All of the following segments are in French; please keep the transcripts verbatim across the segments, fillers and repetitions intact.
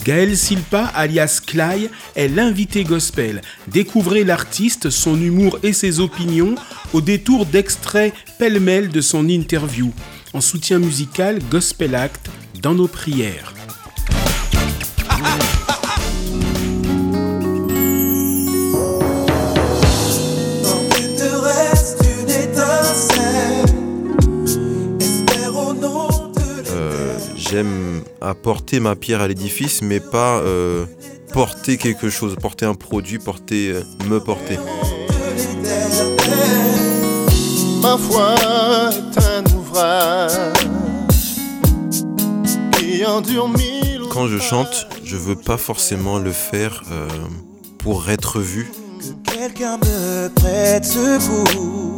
Gaël Silpa, alias Clay, est l'invité gospel. Découvrez l'artiste, son humour et ses opinions au détour d'extraits pêle-mêle de son interview. En soutien musical, Gospel Act, dans nos prières. J'aime apporter ma pierre à l'édifice, mais pas euh, porter quelque chose, porter un produit, porter, euh, me porter. Ma foi est un ouvrage qui endure mille. Quand je chante, je veux pas forcément le faire euh, pour être vu. Que quelqu'un me prête secours.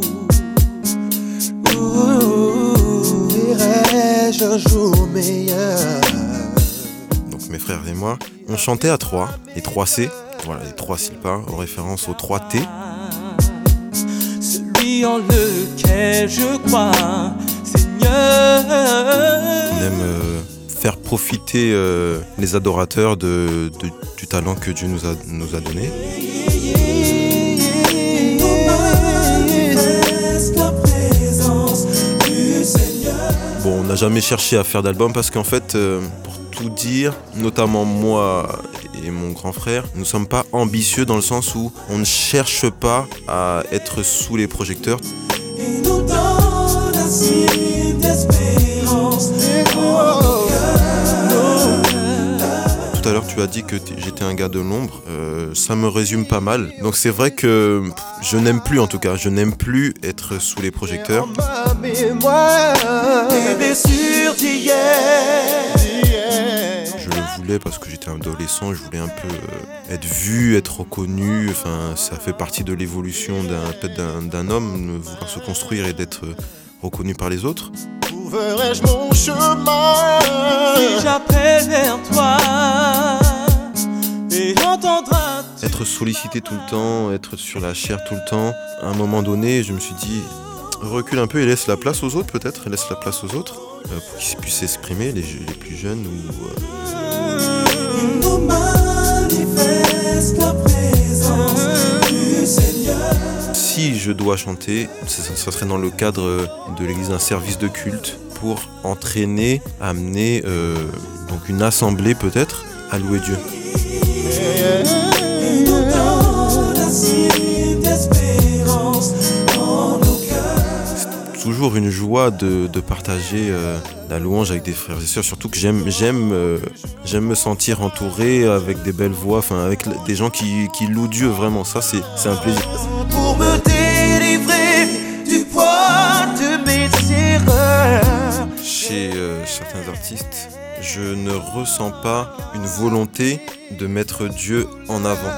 Verrai-je un jour meilleur. Donc mes frères et moi, on chantait à trois, les trois C, voilà les trois Silpa, en référence aux trois T. Celui en lequel je crois, Seigneur. On aime euh, faire profiter euh, les adorateurs de, de, du talent que Dieu nous a, nous a donné. Bon, on n'a jamais cherché à faire d'album parce qu'en fait, euh, pour tout dire, notamment moi et mon grand frère, nous ne sommes pas ambitieux dans le sens où on ne cherche pas à être sous les projecteurs. Et nous donne un signe d'espérance en nos cœurs. Tout à l'heure, tu as dit que j'étais un gars de l'ombre. Euh, ça me résume pas mal. Donc c'est vrai que je n'aime plus, en tout cas, je n'aime plus être sous les projecteurs. Des blessures d'hier. Je le voulais parce que j'étais un adolescent, je voulais un peu euh, être vu, être reconnu. Enfin, ça fait partie de l'évolution d'un, peut-être d'un, d'un homme, de vouloir se construire et d'être reconnu par les autres. Trouverai-je mon chemin Si j'appelle vers toi et entendras. Être sollicité tout le temps, être sur la chair tout le temps. À un moment donné, je me suis dit, recule un peu et laisse la place aux autres peut-être, laisse la place aux autres euh, pour qu'ils puissent s'exprimer, les, les plus jeunes ou. Euh... Il nous manifeste la présence du Seigneur. Si je dois chanter, ça serait dans le cadre de l'église, un service de culte pour entraîner, amener euh, donc une assemblée peut-être à louer Dieu. C'est toujours une joie de, de partager euh, la louange avec des frères et sœurs, surtout que j'aime, j'aime, euh, j'aime me sentir entouré avec des belles voix, enfin avec des gens qui, qui louent Dieu vraiment, ça c'est, c'est un plaisir. Pour me délivrer du poids de mes erreurs. Chez euh, certains artistes, je ne ressens pas une volonté de mettre Dieu en avant.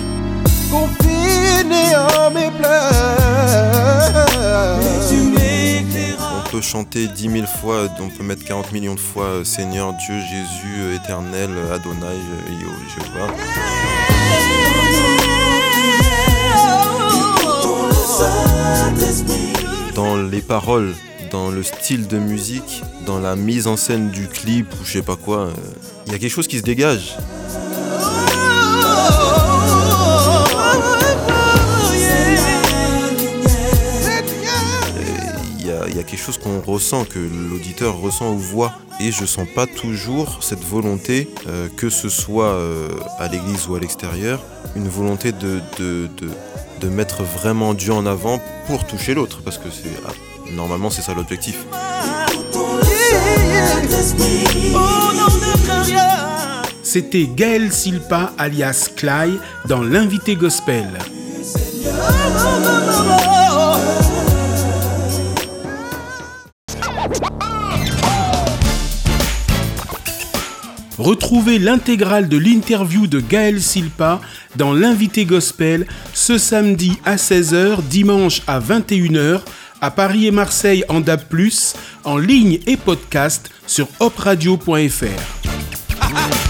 Confiné en mes pleurs. On peut chanter dix mille fois, on peut mettre quarante millions de fois Seigneur, Dieu, Jésus, Éternel, Adonai, Jéhovah. Dans les paroles, dans le style de musique, dans la mise en scène du clip ou je sais pas quoi, il euh, y a quelque chose qui se dégage. Il y a quelque chose qu'on ressent, que l'auditeur ressent ou voit. Et je sens pas toujours cette volonté, euh, que ce soit euh, à l'église ou à l'extérieur, une volonté de, de, de, de mettre vraiment Dieu en avant pour toucher l'autre. Parce que c'est, ah, normalement c'est ça l'objectif. C'était Gaël Silpa alias Clay dans l'invité gospel. Retrouvez l'intégrale de l'interview de Gaël Silpa dans l'invité gospel ce samedi à seize heures, dimanche à vingt et une heures, à Paris et Marseille en D A B plus, en ligne et podcast sur hop radio point f r.